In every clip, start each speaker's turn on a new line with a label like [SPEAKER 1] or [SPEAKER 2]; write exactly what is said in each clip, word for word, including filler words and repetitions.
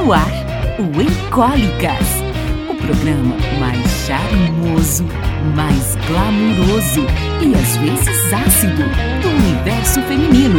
[SPEAKER 1] no ar, o Encólicas, o programa mais charmoso, mais glamuroso e às vezes ácido do universo feminino.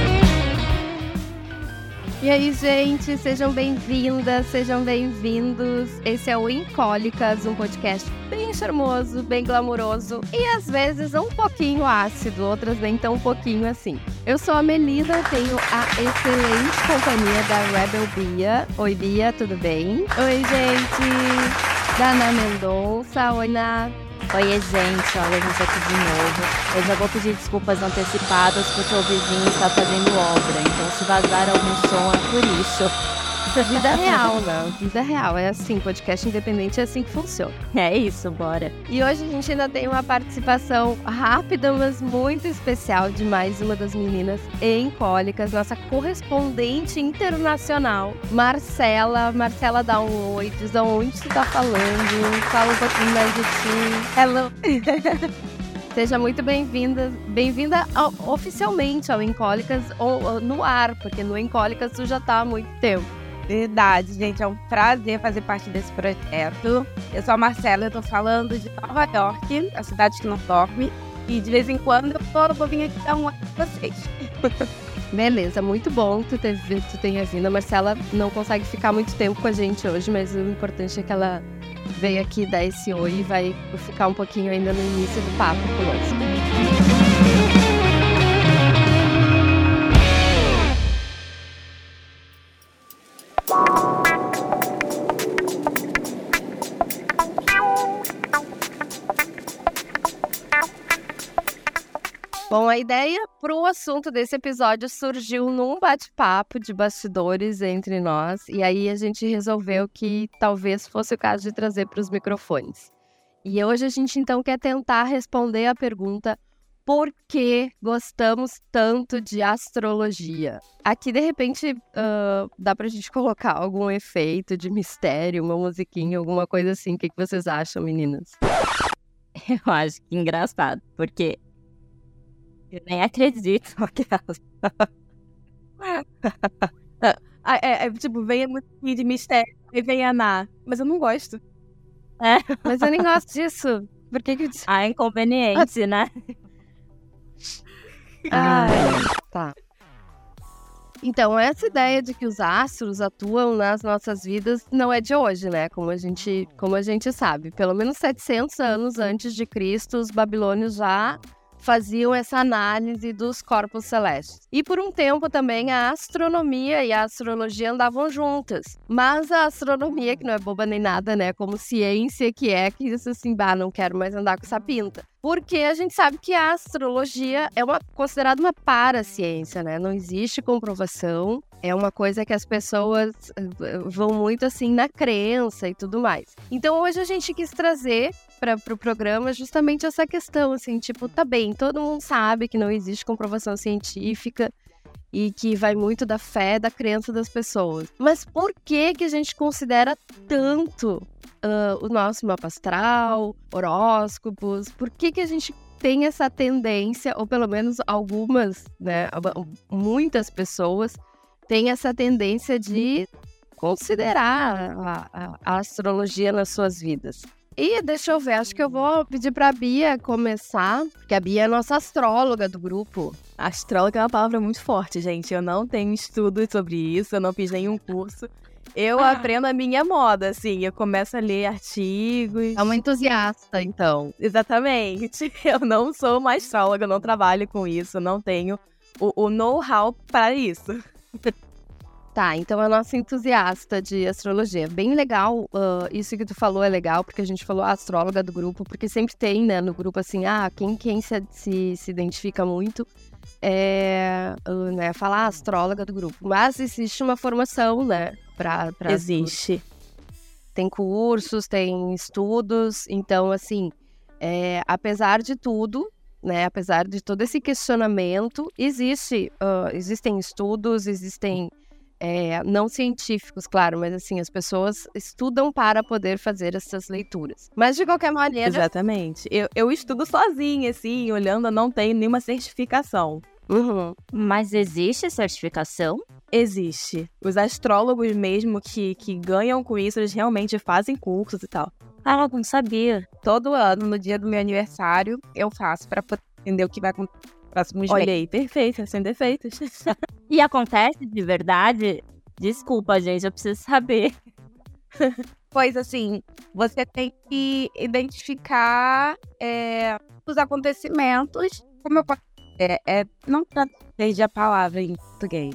[SPEAKER 2] E aí, gente, sejam bem-vindas, sejam bem-vindos. Esse é o Encólicas, um podcast bem charmoso, bem glamuroso e às vezes um pouquinho ácido, outras nem tão pouquinho assim. Eu sou a Melina, tenho a excelente companhia da Rebel Bia. Oi, Bia, tudo bem? Oi, gente, da Ana Mendonça. Oi, Ná.
[SPEAKER 3] Oi, gente, olha a gente aqui de novo. Eu já vou pedir desculpas antecipadas porque o vizinho está fazendo obra, então se vazar algum som é por isso.
[SPEAKER 2] Vida real, né? Vida real, é assim, podcast independente é assim que funciona.
[SPEAKER 3] É isso, bora.
[SPEAKER 2] E hoje a gente ainda tem uma participação rápida, mas muito especial de mais uma das meninas encólicas, nossa correspondente internacional, Marcela. Marcela, dá um oi, diz onde tu tá falando, fala um pouquinho mais de ti. Hello! Seja muito bem-vinda, bem-vinda ao, oficialmente ao Encólicas ou, ou no ar, porque no Encólicas tu já tá há muito tempo.
[SPEAKER 4] Verdade, gente, é um prazer fazer parte desse projeto. Eu sou a Marcela, eu tô falando de Nova York, a cidade que não dorme. E de vez em quando eu tô, vou vir aqui dar um oi pra vocês.
[SPEAKER 2] Beleza, muito bom que tu, te, tu tenha vindo. A Marcela não consegue ficar muito tempo com a gente hoje, mas o importante é que ela veio aqui dar esse oi e vai ficar um pouquinho ainda no início do papo conosco. Bom, a ideia para o assunto desse episódio surgiu num bate-papo de bastidores entre nós, e aí a gente resolveu que talvez fosse o caso de trazer para os microfones. E hoje a gente então quer tentar responder a pergunta: por que gostamos tanto de astrologia? Aqui, de repente, uh, dá pra gente colocar algum efeito de mistério, uma musiquinha, alguma coisa assim. O que, que vocês acham, meninas?
[SPEAKER 3] Eu acho que engraçado, porque eu nem acredito.
[SPEAKER 4] ah, é, é, tipo, vem a musiquinha de mistério e vem a Ná, mas eu não gosto.
[SPEAKER 3] É.
[SPEAKER 2] Mas eu nem gosto disso. Por que que eu disse?
[SPEAKER 3] Ah, inconveniente, né?
[SPEAKER 2] Ah, tá. Então, essa ideia de que os astros atuam nas nossas vidas não é de hoje, né? Como a gente, como a gente sabe. Pelo menos setecentos anos antes de Cristo, os babilônios já faziam essa análise dos corpos celestes. E por um tempo também a astronomia e a astrologia andavam juntas. Mas a astronomia, que não é boba nem nada, né? Como ciência que é, que isso assim, bah, não quero mais andar com essa pinta. Porque a gente sabe que a astrologia é uma, considerada uma paraciência, né? Não existe comprovação. É uma coisa que as pessoas vão muito assim na crença e tudo mais. Então hoje a gente quis trazer para o pro programa justamente essa questão, assim, tipo, tá bem, todo mundo sabe que não existe comprovação científica e que vai muito da fé, da crença das pessoas. Mas por que que a gente considera tanto uh, o nosso mapa astral, horóscopos? Por que que a gente tem essa tendência, ou pelo menos algumas, né, muitas pessoas têm essa tendência de considerar a, a, a astrologia nas suas vidas? E deixa eu ver, acho que eu vou pedir pra Bia começar, porque a Bia é a nossa astróloga do grupo.
[SPEAKER 4] Astróloga é uma palavra muito forte, gente. Eu não tenho estudo sobre isso, eu não fiz nenhum curso. Eu ah. aprendo a minha moda, assim, eu começo a ler artigos.
[SPEAKER 2] É uma entusiasta, então.
[SPEAKER 4] Exatamente. Eu não sou uma astróloga, eu não trabalho com isso, eu não tenho o, o know-how para isso.
[SPEAKER 2] Tá, então a nossa entusiasta de astrologia. Bem legal, uh, isso que tu falou é legal, porque a gente falou a astróloga do grupo, porque sempre tem, né, no grupo, assim, ah, quem, quem se, se, se identifica muito é, uh, né, falar astróloga do grupo. Mas existe uma formação, né, pra... pra
[SPEAKER 4] existe.
[SPEAKER 2] Tem cursos, tem estudos, então, assim, é, apesar de tudo, né, apesar de todo esse questionamento, existe, uh, existem estudos, existem... É, não científicos, claro, mas assim, as pessoas estudam para poder fazer essas leituras. Mas de qualquer maneira...
[SPEAKER 4] Exatamente. Eu, eu estudo sozinha, assim, olhando, eu não tenho nenhuma certificação.
[SPEAKER 2] Uhum.
[SPEAKER 3] Mas existe certificação?
[SPEAKER 5] existe. Os astrólogos mesmo que, que ganham com isso, eles realmente fazem cursos e tal.
[SPEAKER 3] Ah, não sabia.
[SPEAKER 4] Todo ano, no dia do meu aniversário, eu faço pra poder entender o que vai acontecer nos próximos meses.
[SPEAKER 5] Olha aí, perfeito, sem defeitos.
[SPEAKER 3] E acontece de verdade? Desculpa, gente, eu preciso saber.
[SPEAKER 4] Pois assim, você tem que identificar é, os acontecimentos. Como eu posso dizer? É, não perdi a palavra em português.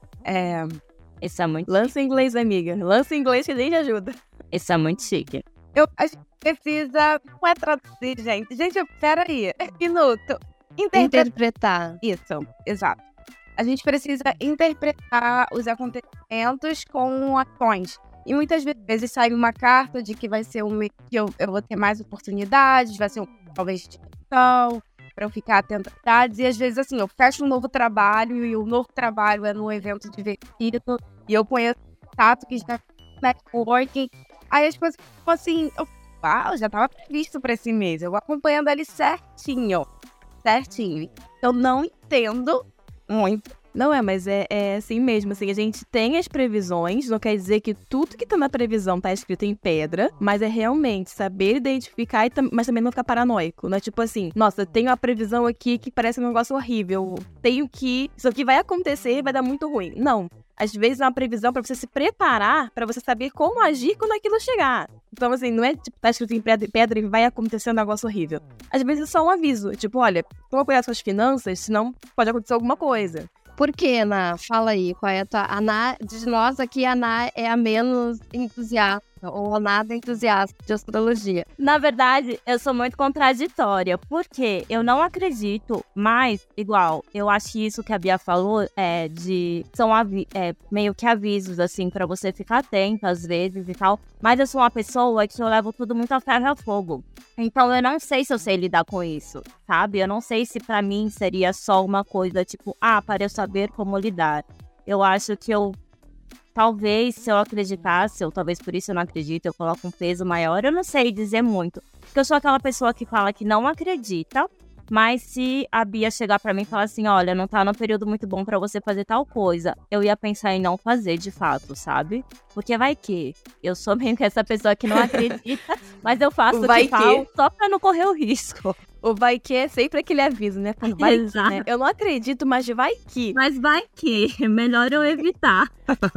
[SPEAKER 4] É,
[SPEAKER 3] Isso é muito,
[SPEAKER 5] Lança em inglês, amiga. Lança em inglês que nem te ajuda.
[SPEAKER 3] isso é muito chique.
[SPEAKER 4] eu, a gente precisa. Não é traduzir, gente. Gente, eu- peraí. Minuto. Interpretar.
[SPEAKER 2] Interpretar.
[SPEAKER 4] Isso, exato. A gente precisa interpretar os acontecimentos com ações. E muitas vezes sai uma carta de que vai ser um mês que eu, eu vou ter mais oportunidades, vai ser um talvez de atenção, para eu ficar atenta às idades. E às vezes, assim, eu fecho um novo trabalho e o novo trabalho é num evento divertido. E eu conheço um tato que já networking. Aí as coisas ficam assim, eu, uau, já estava previsto para esse mês. Eu vou acompanhando ali certinho. Certinho. Eu não entendo muito.
[SPEAKER 5] Não é, mas é, é assim mesmo, assim, a gente tem as previsões, não quer dizer que tudo que tá na previsão tá escrito em pedra, mas é realmente saber identificar, e tam- mas também não ficar paranoico, não é tipo assim, nossa, eu tenho a previsão aqui que parece um negócio horrível, tenho que, isso aqui vai acontecer e vai dar muito ruim. Não, às vezes é uma previsão pra você se preparar, pra você saber como agir quando aquilo chegar. Então, assim, não é tipo, tá escrito em pedra pedra e vai acontecer um negócio horrível. Às vezes é só um aviso, tipo, olha, toma cuidado com as finanças, senão pode acontecer alguma coisa.
[SPEAKER 2] Por que, Ana? Fala aí, qual é a tua... A Ana, de nós aqui, a Ana é a menos entusiasta, ou a nada entusiasta de astrologia.
[SPEAKER 3] Na verdade, eu sou muito contraditória, porque eu não acredito, mas, igual, eu acho isso que a Bia falou, é de... São avi- é, meio que avisos, assim, pra você ficar atento, às vezes, e tal. Mas eu sou uma pessoa que eu levo tudo muito a ferro e fogo. Então, eu não sei se eu sei lidar com isso, sabe? Eu não sei se pra mim seria só uma coisa, tipo, ah, para eu saber como lidar. Eu acho que eu... Talvez, se eu acreditasse, ou talvez por isso eu não acredito, eu coloco um peso maior, eu não sei dizer muito. Porque eu sou aquela pessoa que fala que não acredita, mas se a Bia chegar pra mim e falar assim, olha, não tá num período muito bom pra você fazer tal coisa, eu ia pensar em não fazer de fato, sabe? Porque vai que eu sou meio que essa pessoa que não acredita, mas eu faço o
[SPEAKER 5] Vai
[SPEAKER 3] que
[SPEAKER 5] que.
[SPEAKER 3] falo só pra não correr o risco.
[SPEAKER 5] O vai que é sempre aquele aviso, né? Vai que,
[SPEAKER 3] Exato.
[SPEAKER 5] né? Eu não acredito, mas vai que.
[SPEAKER 3] Mas vai que, melhor eu evitar.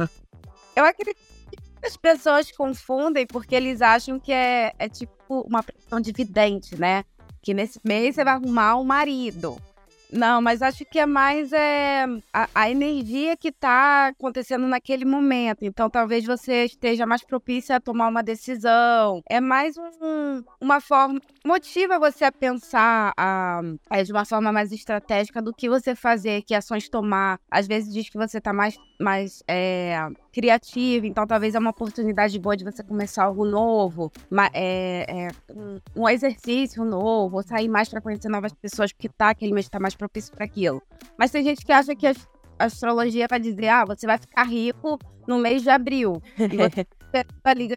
[SPEAKER 4] Eu acredito que as pessoas confundem porque eles acham que é, é tipo uma pressão de vidente, né? Que nesse mês você vai arrumar um marido. Não, mas acho que é mais é, a, a energia que tá acontecendo naquele momento. Então, talvez você esteja mais propícia a tomar uma decisão. É mais um, uma forma... Motiva você a pensar a, a, de uma forma mais estratégica do que você fazer, que ações tomar. Às vezes diz que você tá mais, mais é, criativo. Então, talvez é uma oportunidade boa de você começar algo novo. Uma, é, é, um, um exercício novo. Ou sair mais para conhecer novas pessoas, porque tá, aquele mês tá mais propício para aquilo. Mas tem gente que acha que a astrologia vai dizer, ah, você vai ficar rico no mês de abril. E você vai ligar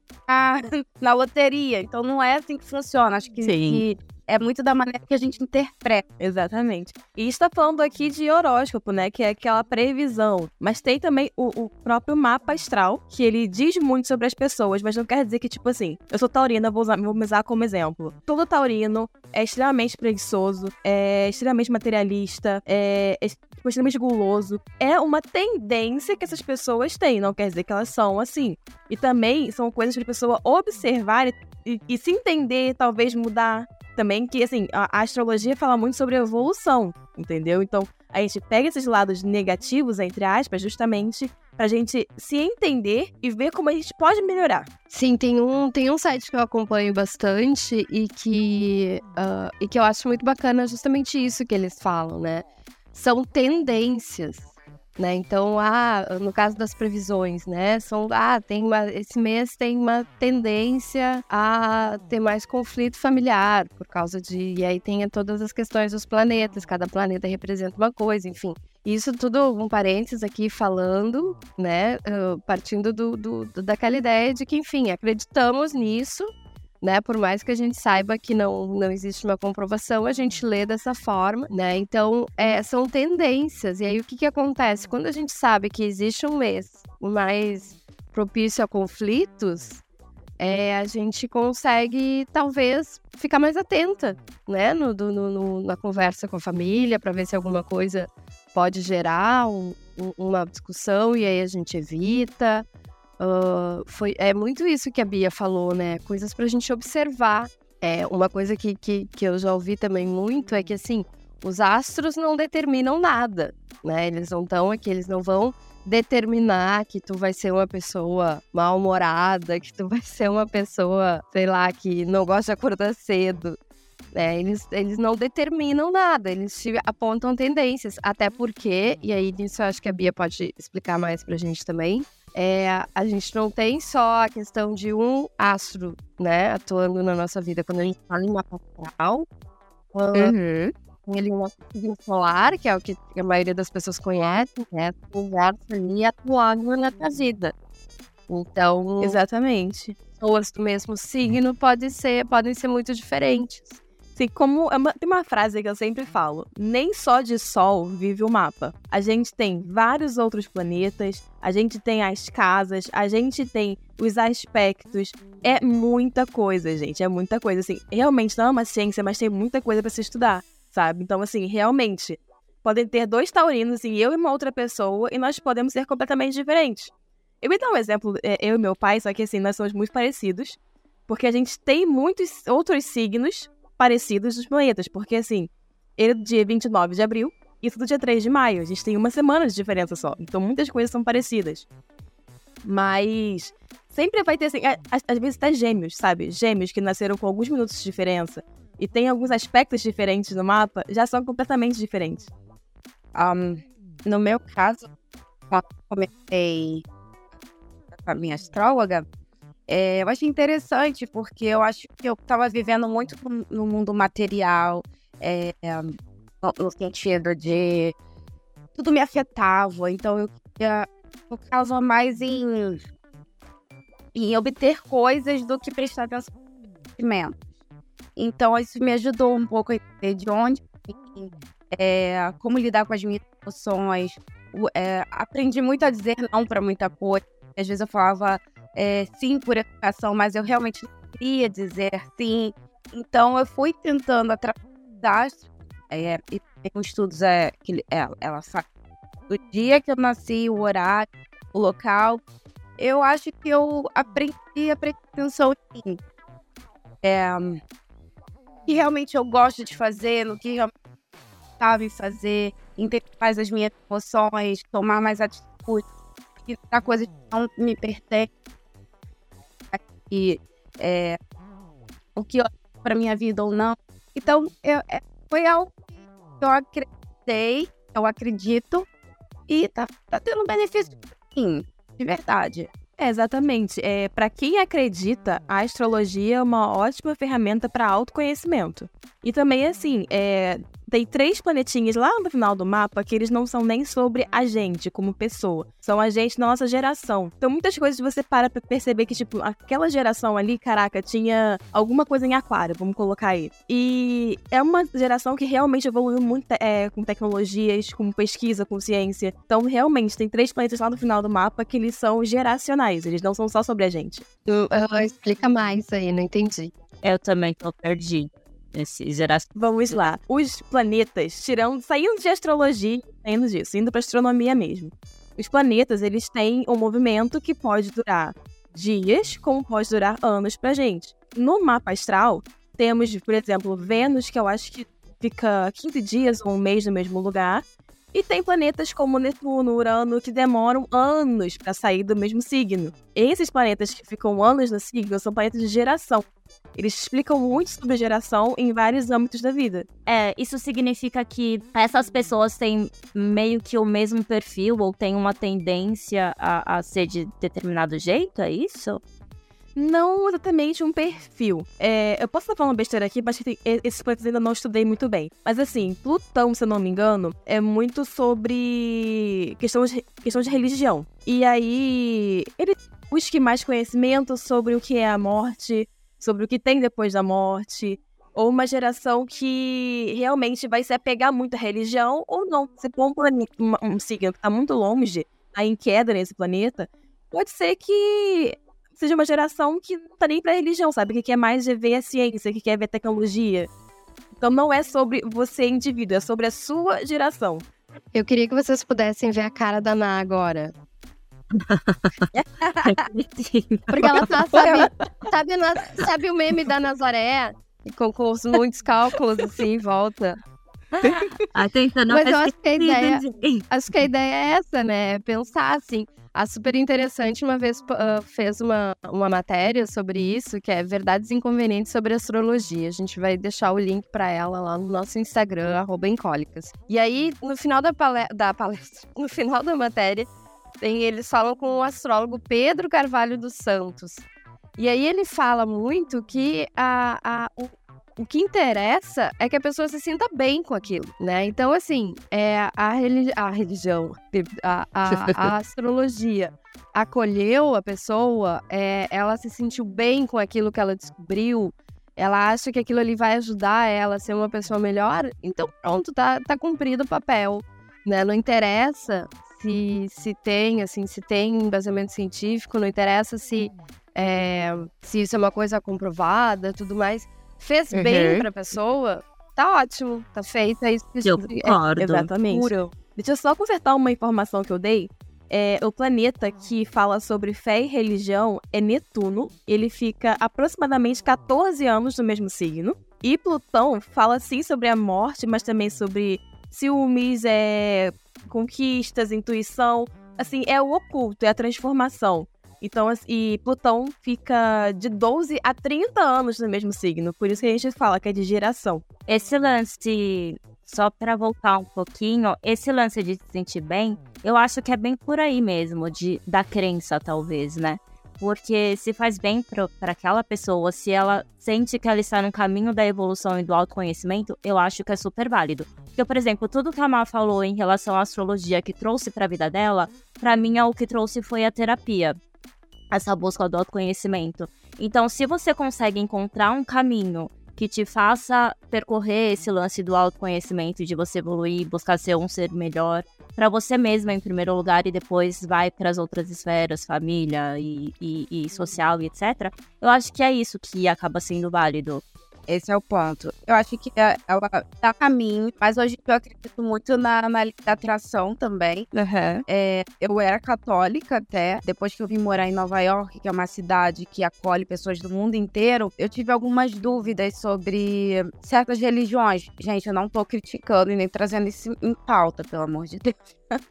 [SPEAKER 4] na loteria. Então não é assim que funciona. Acho que, que é muito da maneira que a gente interpreta.
[SPEAKER 5] Exatamente. E está falando aqui de horóscopo, né? Que é aquela previsão. Mas tem também o, o próprio mapa astral, que ele diz muito sobre as pessoas, mas não quer dizer que, tipo assim, eu sou taurina, vou usar, vou me usar como exemplo. Todo taurino é extremamente preguiçoso, é extremamente materialista, é, é extremamente guloso. É uma tendência que essas pessoas têm, não quer dizer que elas são assim. E também são coisas para a pessoa observar e, e, e se entender, talvez mudar. Também que, assim, a, a astrologia fala muito sobre evolução, entendeu? Então, a gente pega esses lados negativos, entre aspas, justamente pra gente se entender e ver como a gente pode melhorar.
[SPEAKER 2] Sim, tem um, tem um site que eu acompanho bastante e que, uh, e que eu acho muito bacana justamente isso que eles falam, né? São tendências, né? Então, ah, no caso das previsões, né? São, ah, tem uma, esse mês tem uma tendência a ter mais conflito familiar por causa de... E aí tem todas as questões dos planetas, cada planeta representa uma coisa, enfim. Isso tudo, um parênteses aqui falando, né? Uh, partindo do, do, daquela ideia de que, enfim, acreditamos nisso, né? Por mais que a gente saiba que não, não existe uma comprovação, a gente lê dessa forma, né? Então, é, são tendências. E aí, o que que acontece? Quando a gente sabe que existe um mês mais propício a conflitos, é, a gente consegue, talvez, ficar mais atenta, né? No, no, no, na conversa com a família, para ver se alguma coisa pode gerar um, um, uma discussão e aí a gente evita. Uh, foi, é muito isso que a Bia falou, né? Coisas pra gente observar. É, uma coisa que, que, que eu já ouvi também muito é que, assim, os astros não determinam nada, né? Eles não estão aqui, eles não vão determinar que tu vai ser uma pessoa mal-humorada, que tu vai ser uma pessoa, sei lá, que não gosta de acordar cedo. É, eles, eles não determinam nada, eles te apontam tendências. Até porque, e aí nisso eu acho que a Bia pode explicar mais pra gente também, é, a gente não tem só a questão de um astro, né, atuando na nossa vida. Quando a gente fala em mapa astral,
[SPEAKER 5] Uhum.
[SPEAKER 2] tem ali um signo solar, que é o que a maioria das pessoas conhece, né, o universo ali atuando na tua vida. Então,
[SPEAKER 5] Exatamente.
[SPEAKER 2] pessoas do mesmo signo pode ser, podem ser muito diferentes.
[SPEAKER 5] Sim, como é uma- tem uma frase que eu sempre falo: nem só de Sol vive o mapa. A gente tem vários outros planetas, a gente tem as casas, a gente tem os aspectos. É muita coisa, gente, é muita coisa. Assim, realmente não é uma ciência, mas tem muita coisa pra se estudar, sabe? Então, assim, realmente, podem ter dois taurinos, assim, eu e uma outra pessoa, e nós podemos ser completamente diferentes. Eu vou dar um exemplo, é, eu e meu pai, só que assim, nós somos muito parecidos, porque a gente tem muitos outros signos parecidos dos planetas, porque assim, ele é do dia vinte e nove de abril, e isso do dia três de maio, a gente tem uma semana de diferença só, então muitas coisas são parecidas. Mas sempre vai ter, assim, a- às, às vezes até gêmeos, sabe? Gêmeos que nasceram com alguns minutos de diferença, e tem alguns aspectos diferentes no mapa, já são completamente diferentes.
[SPEAKER 4] Um, no meu caso, quando eu comecei com a minha astróloga, é, eu achei interessante, porque eu acho que eu estava vivendo muito no, no mundo material, é, é, no, no sentido de tudo me afetava, então eu queria focava mais em, em obter coisas do que prestar atenção no sentimento. Então isso me ajudou um pouco a entender de onde vim, é, como lidar com as minhas emoções. O- é, aprendi muito a dizer não para muita coisa. Às vezes eu falava é, sim por educação, mas eu realmente não queria dizer sim. Então eu fui tentando através é, e tem uns estudos é, que ela, ela sabe do dia que eu nasci, o horário, o local. Eu acho que eu aprendi a prestar atenção em mim. É, que realmente eu gosto de fazer, no que realmente sabe fazer, entender mais as minhas emoções, tomar mais atitude, evitar coisas que não me pertencem, e, é, o que eu para minha vida ou não. Então, eu, é, foi algo que eu acreditei, eu acredito, e tá, tá tendo benefício pra mim, de verdade.
[SPEAKER 5] É, exatamente. É, para quem acredita, a astrologia é uma ótima ferramenta para autoconhecimento. E também, assim, é, tem três planetinhas lá no final do mapa que eles não são nem sobre a gente como pessoa. São a gente da nossa geração. Então, muitas coisas você para pra perceber que, tipo, aquela geração ali, caraca, tinha alguma coisa em aquário, vamos colocar aí. E é uma geração que realmente evoluiu muito é, com tecnologias, com pesquisa, com ciência. Então, realmente, tem três planetas lá no final do mapa que eles são geracionais. Eles não são só sobre a gente.
[SPEAKER 2] Tu, ah, explica mais aí, não entendi.
[SPEAKER 3] Eu também tô perdido. Esse geração.
[SPEAKER 5] Vamos lá. Os planetas, tirando, saindo de astrologia, saindo disso, indo para astronomia mesmo. Os planetas, eles têm um movimento que pode durar dias, como pode durar anos pra gente. No mapa astral, temos, por exemplo, Vênus, que eu acho que fica quinze dias ou um mês no mesmo lugar. E tem planetas como Netuno, Urano, que demoram anos para sair do mesmo signo. Esses planetas que ficam anos no signo são planetas de geração. Eles explicam muito sobre geração em vários âmbitos da vida.
[SPEAKER 3] É, isso significa que essas pessoas têm meio que o mesmo perfil ou têm uma tendência a, a ser de determinado jeito, é isso?
[SPEAKER 5] Não exatamente um perfil. É, eu posso estar falando besteira aqui, mas tem, esses planetas ainda não estudei muito bem. Mas assim, Plutão, se eu não me engano, é muito sobre questão de, questão de religião. E aí, ele busca mais conhecimento sobre o que é a morte, sobre o que tem depois da morte, ou uma geração que realmente vai se apegar muito à religião, ou não. Se for um, plane... um signo que está muito longe, tá em queda nesse planeta, pode ser que seja uma geração que não tá nem pra religião, sabe? Que quer mais ver a ciência, que quer ver a tecnologia. Então não é sobre você, indivíduo, é sobre a sua geração.
[SPEAKER 2] Eu queria que vocês pudessem ver a cara da Ná agora. Porque ela tá, sabe, sabe, na- sabe o meme da Nazaré? Com, com os muitos cálculos assim em volta.
[SPEAKER 3] Ah, tentando
[SPEAKER 2] Mas eu acho que a
[SPEAKER 3] esquecido
[SPEAKER 2] ideia-
[SPEAKER 3] de-
[SPEAKER 2] Acho que a ideia é essa, né? Pensar assim. A Super Interessante uma vez ah, fez uma, uma matéria sobre isso, que é Verdades e Inconvenientes sobre Astrologia. A gente vai deixar o link pra ela lá no nosso Instagram, arroba Encólicas. E aí, no final da, pale- da palestra, no final da matéria, tem, eles falam com o astrólogo Pedro Carvalho dos Santos. E aí ele fala muito que a, a, o, o que interessa é que a pessoa se sinta bem com aquilo, né? Então, assim, é, a, religi- a religião, a, a, a astrologia acolheu a pessoa, é, ela se sentiu bem com aquilo que ela descobriu, ela acha que aquilo ali vai ajudar ela a ser uma pessoa melhor, então pronto, tá, tá cumprido o papel, né? Não interessa se, se tem, assim, se tem embasamento científico, não interessa se, é, se isso é uma coisa comprovada, tudo mais. Fez bem
[SPEAKER 4] Uhum.
[SPEAKER 2] pra pessoa, tá ótimo, tá feito, é isso que
[SPEAKER 3] Eu
[SPEAKER 2] é
[SPEAKER 3] concordo.
[SPEAKER 5] Exatamente.
[SPEAKER 2] puro.
[SPEAKER 5] Deixa eu só consertar uma informação que eu dei. É, o planeta que fala sobre fé e religião é Netuno. Ele fica aproximadamente catorze anos no mesmo signo. E Plutão fala sim sobre a morte, mas também sobre ciúmes, é, conquistas, intuição. Assim, é o oculto, é a transformação. Então, assim, e Plutão fica de doze a trinta anos no mesmo signo. Por isso que a gente fala que é de geração.
[SPEAKER 3] Esse lance, só pra voltar um pouquinho, esse lance de se sentir bem, eu acho que é bem por aí mesmo, de, da crença, talvez, né? Porque se faz bem pra, pra aquela pessoa, se ela sente que ela está no caminho da evolução e do autoconhecimento, eu acho que é super válido. Porque, por exemplo, tudo que a Má falou em relação à astrologia que trouxe pra vida dela, pra mim, o que trouxe foi a terapia. Essa busca do autoconhecimento. Então, se você consegue encontrar um caminho que te faça percorrer esse lance do autoconhecimento, de você evoluir, buscar ser um ser melhor, para você mesma em primeiro lugar e depois vai para as outras esferas, família e, e, e social e etcétera, eu acho que é isso que acaba sendo válido.
[SPEAKER 4] Esse é o ponto. Eu acho que é, é, o- tá caminho, mas hoje eu acredito muito na, na lei da atração também. É, eu era católica até, depois que eu vim morar em Nova York, que é uma cidade que acolhe pessoas do mundo inteiro, eu tive algumas dúvidas sobre certas religiões. Gente, eu não tô criticando e nem trazendo isso em pauta, pelo amor de Deus.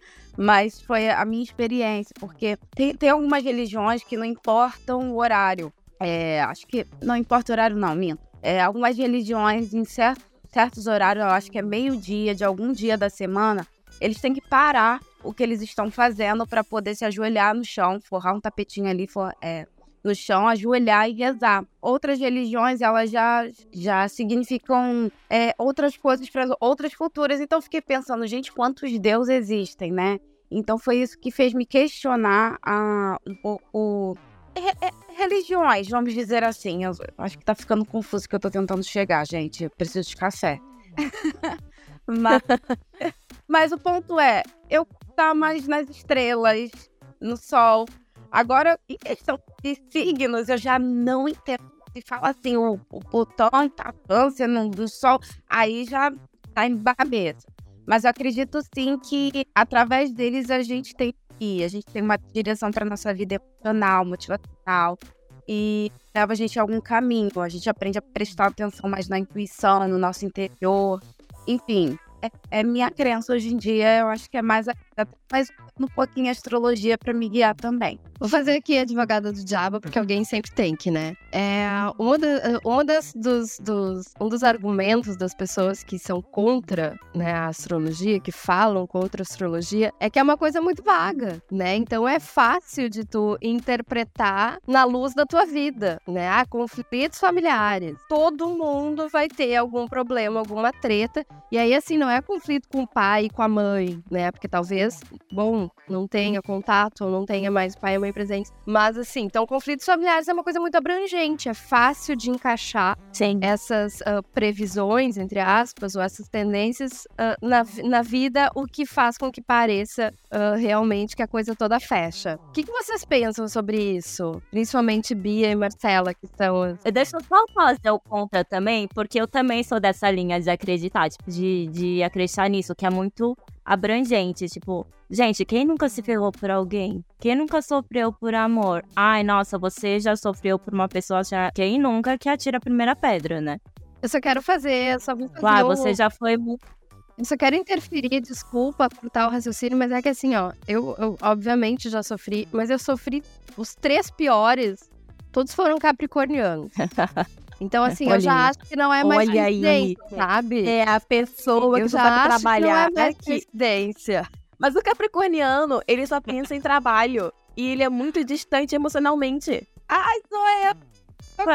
[SPEAKER 4] Mas foi a minha experiência, porque tem, tem algumas religiões que não importam o horário. É, acho que não importa o horário não, minto. É, algumas religiões, em cer- certos horários, eu acho que é meio-dia de algum dia da semana, eles têm que parar o que eles estão fazendo para poder se ajoelhar no chão, forrar um tapetinho ali for, é, no chão, ajoelhar e rezar. Outras religiões, elas já, já significam é, outras coisas para outras culturas. Então, eu fiquei pensando, gente, quantos deuses existem, né? Então, foi isso que fez me questionar ah, um pouco... Re- re- religiões, vamos dizer assim. Eu acho que tá ficando confuso que eu tô tentando chegar, gente. Eu preciso de café. mas, mas o ponto é, eu tá mais nas estrelas, no sol. Agora, em questão de signos, eu já não entendo. Se fala assim, o, o Plutão tá câncer no, no sol, aí já tá em cabeça. Mas eu acredito sim que através deles a gente tem que a gente tem uma direção para nossa vida emocional, motivacional e leva a gente a algum caminho. A gente aprende a prestar atenção mais na intuição, no nosso interior. Enfim, é, é minha crença hoje em dia. Eu acho que é mais, a- mais um pouquinho a astrologia para me guiar também.
[SPEAKER 2] Vou fazer aqui a advogada do diabo, porque alguém sempre tem que, né? É, uma da- uma das, dos, dos- um dos argumentos das pessoas que são contra, né, a astrologia, que falam contra a astrologia, é que é uma coisa muito vaga, né? Então é fácil de tu interpretar na luz da tua vida, né? Ah, conflitos familiares. Todo mundo vai ter algum problema, alguma treta. E aí, assim, não é conflito com o pai e com a mãe, né? Porque talvez, bom, não, não tenha contato, ou não tenha mais pai e mãe presentes. Mas, assim, então, conflitos familiares é uma coisa muito abrangente. É fácil de encaixar
[SPEAKER 3] Sim.
[SPEAKER 2] essas uh, previsões, entre aspas, ou essas tendências uh, na, na vida, o que faz com que pareça uh, realmente que a coisa toda fecha. O que, que vocês pensam sobre isso? Principalmente Bia e Marcela, que são as...
[SPEAKER 3] Deixa eu só fazer o contra também, porque eu também sou dessa linha de acreditar, tipo, de, de acreditar nisso, que é muito abrangente, tipo, gente, quem nunca se ferrou por alguém? Quem nunca sofreu por amor? Ai, nossa, você já sofreu por uma pessoa, já... quem nunca que atira a primeira pedra, né?
[SPEAKER 2] Eu só quero fazer, só vou fazer
[SPEAKER 3] Claro,
[SPEAKER 2] um...
[SPEAKER 3] você já foi muito...
[SPEAKER 2] Eu só quero interferir, desculpa por tal raciocínio, mas é que assim, ó, eu, eu obviamente já sofri, mas eu sofri os três piores, todos foram capricornianos. Então, assim, eu já
[SPEAKER 5] Olha aí.
[SPEAKER 2] acho que não é mais
[SPEAKER 5] Olha aí.
[SPEAKER 2] coincidência, sabe?
[SPEAKER 5] É a pessoa
[SPEAKER 2] eu
[SPEAKER 5] que só
[SPEAKER 2] já
[SPEAKER 5] sabe
[SPEAKER 2] acho
[SPEAKER 5] trabalhar
[SPEAKER 2] que não é mais
[SPEAKER 5] aqui.
[SPEAKER 2] coincidência.
[SPEAKER 5] Mas o capricorniano, ele só pensa em trabalho. E ele é muito distante emocionalmente.
[SPEAKER 4] Ai, sou eu.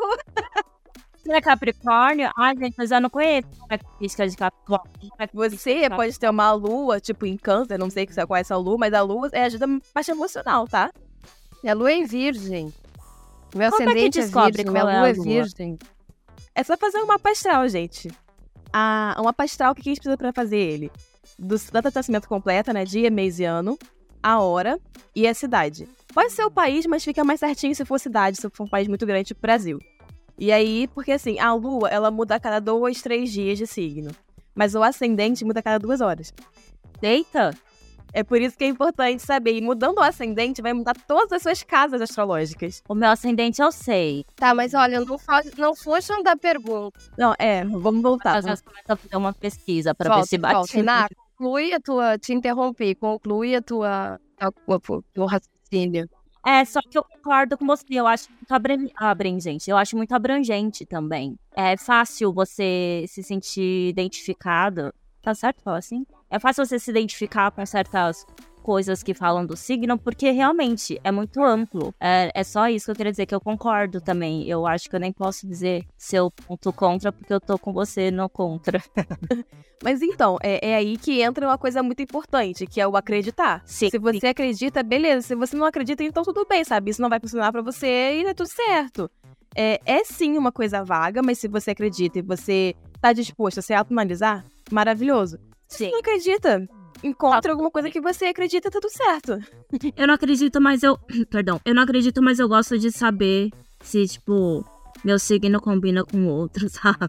[SPEAKER 3] Você é Capricórnio? Ai, gente, eu já não conheço a característica de Capricórnio.
[SPEAKER 5] Você pode ter uma lua, tipo, em câncer, não sei qual é essa lua, mas a lua é ajuda a parte emocional, tá?
[SPEAKER 2] Minha lua é em virgem. Meu
[SPEAKER 3] Como é que
[SPEAKER 2] ascendente é,
[SPEAKER 3] descobre
[SPEAKER 2] virgem,
[SPEAKER 3] qual
[SPEAKER 2] minha
[SPEAKER 3] é a
[SPEAKER 2] lua é
[SPEAKER 3] lua?
[SPEAKER 2] virgem.
[SPEAKER 5] É só fazer um mapa astral, gente. Ah, um mapa astral, o que a gente precisa pra fazer ele? Do data de nascimento completa, né? Dia, mês e ano, a hora e a cidade. Pode ser o país, mas fica mais certinho se for cidade, se for um país muito grande, tipo Brasil. E aí, porque assim, a lua, ela muda a cada dois, três dias de signo. Mas o ascendente muda a cada duas horas.
[SPEAKER 3] Eita!
[SPEAKER 5] É por isso que é importante saber. E mudando o ascendente, vai mudar todas as suas casas astrológicas.
[SPEAKER 3] O meu ascendente eu sei.
[SPEAKER 2] Tá, mas olha, não, fa- não fujam da pergunta.
[SPEAKER 5] Não, é, vamos voltar.
[SPEAKER 3] Mas nós começamos a fazer uma pesquisa pra ver
[SPEAKER 2] Volta,
[SPEAKER 3] se bate.
[SPEAKER 2] volta. Iná, conclui a tua... Te interrompi. Conclui a tua... a- o teu raciocínio.
[SPEAKER 3] É, só que eu concordo com você, eu acho muito abran- abrangente, eu acho muito abrangente também. É fácil você se sentir identificado, tá certo falar assim? É fácil você se identificar com certas coisas que falam do signo, porque realmente é muito amplo. É, é só isso que eu queria dizer, que eu concordo também. Eu acho que eu nem posso dizer seu ponto contra, porque eu tô com você no contra.
[SPEAKER 5] Mas então, é, é aí que entra uma coisa muito importante, que é o acreditar.
[SPEAKER 3] Sim.
[SPEAKER 5] Se você acredita, beleza. Se você não acredita, então tudo bem, sabe? Isso não vai funcionar pra você e é tudo certo. É, é sim uma coisa vaga, mas se você acredita e você tá disposto a se autoanalisar, maravilhoso. Se
[SPEAKER 3] Sim.
[SPEAKER 5] você não acredita, encontra alguma coisa que você acredita, tá tudo certo.
[SPEAKER 3] Eu não acredito, mas eu... Perdão. Eu não acredito, mas eu gosto de saber se, tipo, meu signo combina com o outro, sabe?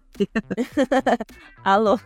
[SPEAKER 3] Alô?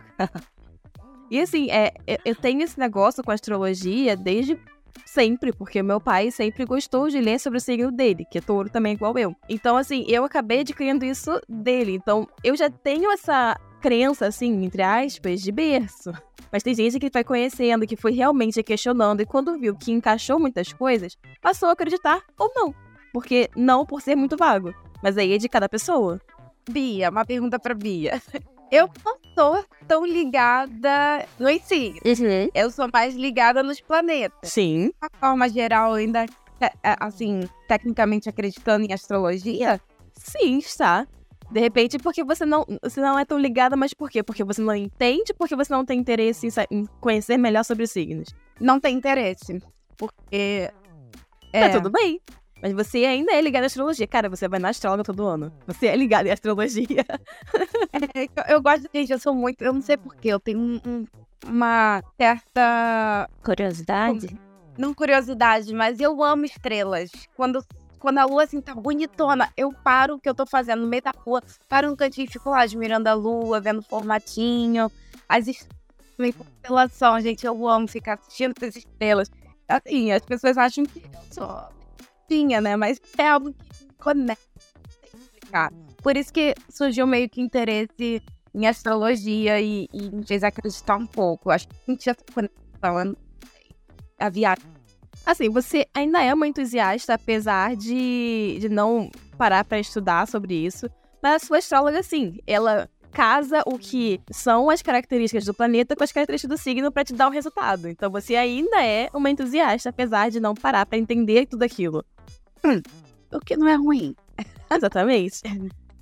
[SPEAKER 5] E assim, é, eu- eu tenho esse negócio com astrologia desde sempre, porque meu pai sempre gostou de ler sobre o signo dele, que é touro também igual eu. Então, assim, eu acabei adquirindo isso dele. Então, eu já tenho essa crença, assim, entre aspas, de berço. Mas tem gente que vai conhecendo, que foi realmente questionando, e quando viu que encaixou muitas coisas, passou a acreditar ou não. Porque não por ser muito vago. Mas aí é de cada pessoa.
[SPEAKER 4] Bia, uma pergunta pra Bia. Eu não tô tão ligada nos signos. Eu sou mais ligada nos planetas.
[SPEAKER 5] Sim.
[SPEAKER 4] De uma forma geral, ainda, te- é, assim, tecnicamente acreditando em astrologia,
[SPEAKER 5] Sim, está. De repente, porque você não, você não é tão ligada, mas por quê? Porque você não entende, porque você não tem interesse em, sa- em conhecer melhor sobre os signos.
[SPEAKER 4] não tem interesse. Porque.
[SPEAKER 5] Tá tudo bem. Mas você ainda é ligada à astrologia. Cara, você vai na astróloga todo ano. Você é ligada em astrologia.
[SPEAKER 4] É, eu, eu gosto, gente, eu sou muito. Eu não sei porquê, eu tenho um- um- uma certa.
[SPEAKER 3] Curiosidade?
[SPEAKER 4] Não curiosidade, mas eu amo estrelas. Quando, quando a lua assim tá bonitona, eu paro o que eu tô fazendo no meio da rua, paro no cantinho e fico lá admirando a lua, vendo o formatinho, as estrelas em constelação, gente. Eu amo ficar assistindo essas estrelas. Assim, as pessoas acham que eu sou tinha, né? Mas é algo que me conecta. Não sei explicar. Por isso que surgiu meio que interesse em astrologia e, e me fez acreditar um pouco. Acho que não tinha essa conexão. Eu não sei. A viagem.
[SPEAKER 5] Assim, você ainda é uma entusiasta, apesar de, de não parar pra estudar sobre isso. Mas a sua astróloga, sim, ela casa o que são as características do planeta com as características do signo pra te dar o resultado. Então você ainda é uma entusiasta, apesar de não parar pra entender tudo aquilo.
[SPEAKER 4] O que não é ruim.
[SPEAKER 5] Exatamente.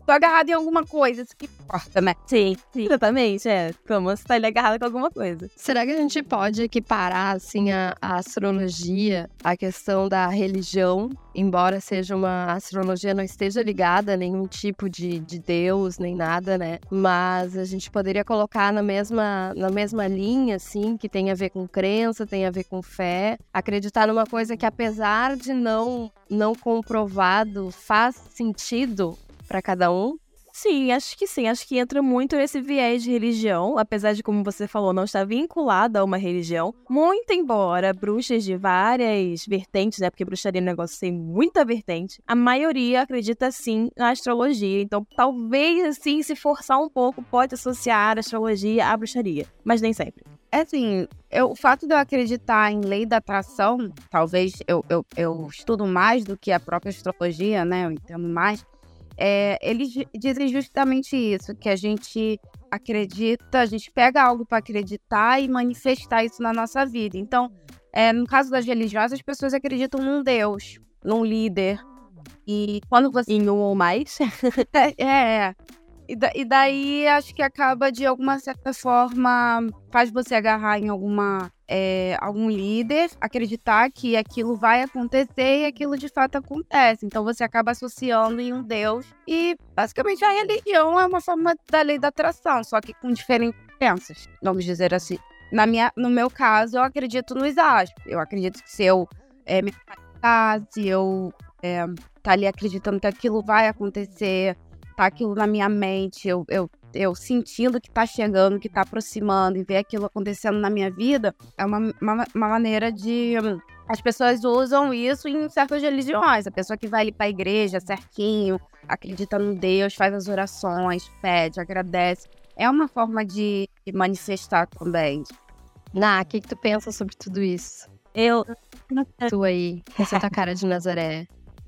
[SPEAKER 4] tô agarrada em alguma coisa, isso que importa, né?
[SPEAKER 3] Sim, sim.
[SPEAKER 5] Exatamente, é. Como você tá ali agarrada com alguma coisa.
[SPEAKER 2] Será que a gente pode equiparar, assim, a, a astrologia, a questão da religião, embora seja uma astrologia não esteja ligada a nenhum tipo de, de Deus, nem nada, né? Mas a gente poderia colocar na mesma, na mesma linha, assim, que tem a ver com crença, tem a ver com fé, acreditar numa coisa que, apesar de não, não comprovado, faz sentido para cada um?
[SPEAKER 5] Sim, acho que sim. Acho que entra muito nesse viés de religião, apesar de, como você falou, não estar vinculada a uma religião. Muito embora bruxas de várias vertentes, né? Porque bruxaria é um negócio sem muita vertente. A maioria acredita, sim, na astrologia. Então, talvez, assim, se forçar um pouco, pode associar a astrologia à bruxaria. Mas nem sempre.
[SPEAKER 4] É assim, eu, o fato de eu acreditar em lei da atração, talvez eu, eu, eu estudo mais do que a própria astrologia, né? Eu entendo mais. É, eles dizem justamente isso, que a gente acredita, a gente pega algo para acreditar e manifestar isso na nossa vida. Então, é, no caso das religiões, as pessoas acreditam num Deus, num líder. E quando você...
[SPEAKER 5] Em um ou mais.
[SPEAKER 4] é, é. E, da, e daí, acho que acaba, de alguma certa forma, faz você agarrar em alguma... É, algum líder, acreditar que aquilo vai acontecer e aquilo de fato acontece. Então você acaba associando em um Deus. E basicamente a religião é uma forma da lei da atração, só que com diferentes crenças, vamos dizer assim. Na minha, no meu caso, eu acredito nos astros. Eu acredito que se eu é, me caso, se eu é, tá ali acreditando que aquilo vai acontecer, tá aquilo na minha mente, eu, eu eu sentindo que tá chegando, que tá aproximando e ver aquilo acontecendo na minha vida, é uma, uma, uma maneira de... As pessoas usam isso em certas religiões. A pessoa que vai ali pra igreja certinho, acredita no Deus, faz as orações, pede, agradece. É uma forma de manifestar também.
[SPEAKER 2] Ná, o que, que tu pensa sobre tudo isso?
[SPEAKER 3] Eu...
[SPEAKER 2] Tu aí, essa tua cara de Nazaré.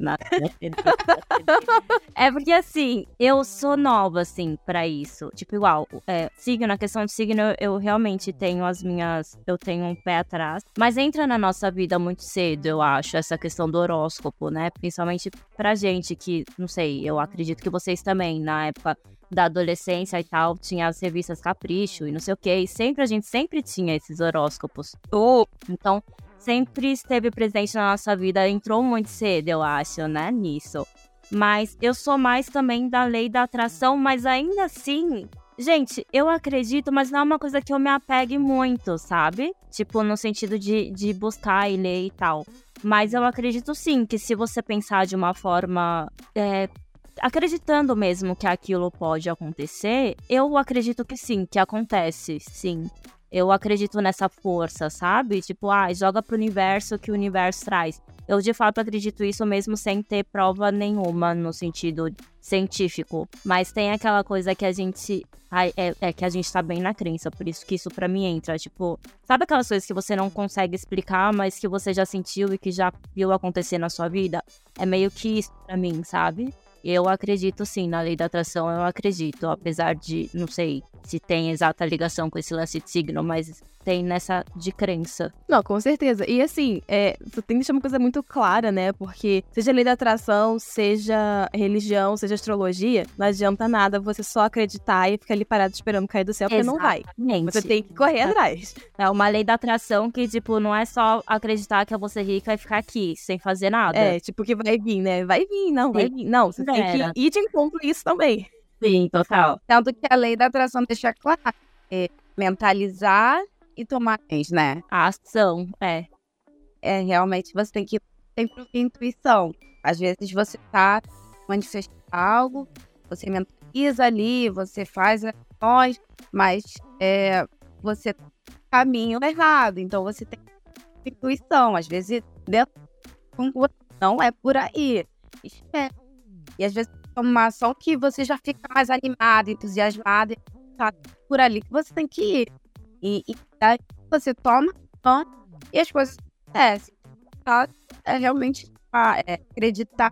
[SPEAKER 3] É porque, assim, eu sou nova, assim, pra isso. Tipo, igual, é, signo, na questão de signo, eu realmente tenho as minhas... Eu tenho um pé atrás. Mas entra na nossa vida muito cedo, eu acho, essa questão do horóscopo, né? Principalmente pra gente que, não sei, eu acredito que vocês também, na época da adolescência e tal, tinha as revistas Capricho e não sei o quê. E sempre, a gente sempre tinha esses horóscopos. Oh, então... sempre esteve presente na nossa vida, entrou muito cedo, eu acho, né, nisso. Mas eu sou mais também da lei da atração, mas ainda assim, gente, eu acredito, mas não é uma coisa que eu me apegue muito, sabe? Tipo, no sentido de, de buscar e ler e tal. Mas eu acredito sim, que se você pensar de uma forma... É, acreditando mesmo que aquilo pode acontecer, eu acredito que sim, que acontece, sim. Eu acredito nessa força, sabe? Tipo, ah, joga pro universo que o universo traz. Eu, de fato, acredito isso mesmo sem ter prova nenhuma no sentido científico. Mas tem aquela coisa que a gente... Ai, é, é que a gente tá bem na crença, por isso que isso pra mim entra. Tipo, sabe aquelas coisas que você não consegue explicar, mas que você já sentiu e que já viu acontecer na sua vida? É meio que isso pra mim, sabe? Eu acredito sim na lei da atração, eu acredito, apesar de, não sei se tem exata ligação com esse lance de signo, mas tem nessa de crença.
[SPEAKER 5] Não, com certeza. E assim, é, você tem que deixar uma coisa muito clara, né? Porque seja lei da atração, seja religião, seja astrologia, não adianta nada você só acreditar e ficar ali parado esperando cair do céu, porque não vai.
[SPEAKER 3] Exatamente.
[SPEAKER 5] Você tem que correr atrás.
[SPEAKER 3] É uma lei da atração que, tipo, não é só acreditar que eu vou ser rica e ficar aqui, sem fazer nada.
[SPEAKER 5] É, tipo, que vai vir, né? Vai vir, não, vai vir. Não, você tem que ir de encontro isso também.
[SPEAKER 3] Sim, total.
[SPEAKER 4] Tanto que a lei da atração deixa claro, é mentalizar e tomar, né?
[SPEAKER 3] A ação, é.
[SPEAKER 4] É, realmente, você tem que sempre ouvir intuição. Às vezes você tá manifestando algo, você mentaliza ali, você faz ações, mas é, você tá no caminho errado. Então você tem intuição. Às vezes, dentro não é por aí. Espera. E às vezes uma ação que você já fica mais animado, entusiasmado, e tá por ali que você tem que ir. E, e daí você toma, toma e as coisas acontecem. Tá? É realmente é, acreditar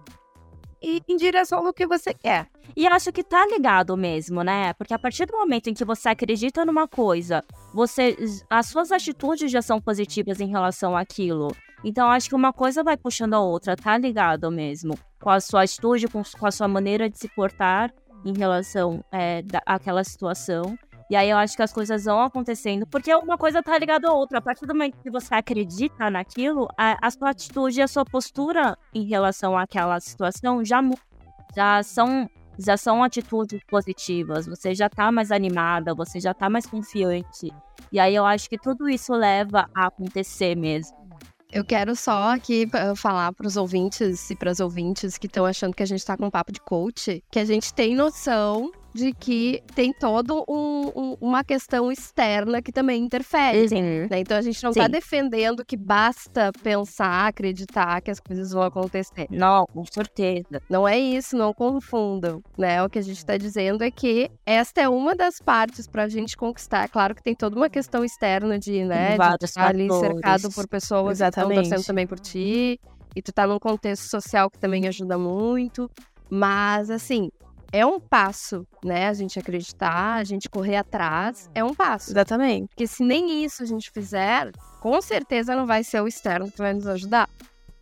[SPEAKER 4] e em direção ao que você quer.
[SPEAKER 3] E acho que tá ligado mesmo, né? Porque a partir do momento em que você acredita numa coisa, você, as suas atitudes já são positivas em relação àquilo. Então, acho que uma coisa vai puxando a outra, tá ligado mesmo. Com a sua atitude, com, com a sua maneira de se portar em relação é, da, àquela situação. E aí eu acho que as coisas vão acontecendo, porque uma coisa tá ligada à outra. A partir do momento que você acredita naquilo, a, a sua atitude e a sua postura em relação àquela situação já, já, são, já são atitudes positivas. Você já tá mais animada, você já tá mais confiante. E aí eu acho que tudo isso leva a acontecer mesmo.
[SPEAKER 2] Eu quero só aqui uh, falar para os ouvintes e para as ouvintes que estão achando que a gente tá com um papo de coach, que a gente tem noção de que tem toda um, um, uma questão externa que também interfere.
[SPEAKER 3] Sim.
[SPEAKER 2] Né? Então a gente não
[SPEAKER 3] Sim.
[SPEAKER 2] tá defendendo que basta pensar, acreditar que as coisas vão acontecer.
[SPEAKER 3] Não, com certeza.
[SPEAKER 2] Não é isso, não confundam, né? O que a gente tá dizendo é que esta é uma das partes pra gente conquistar. Claro que tem toda uma questão externa de, né, de estar ali cercado por pessoas
[SPEAKER 5] Exatamente.
[SPEAKER 2] que estão torcendo também por ti, e tu tá num contexto social que também ajuda muito, mas assim, é um passo, né? A gente acreditar, a gente correr atrás, é um passo.
[SPEAKER 5] Exatamente.
[SPEAKER 2] Porque se nem isso a gente fizer, com certeza não vai ser o externo que vai nos ajudar.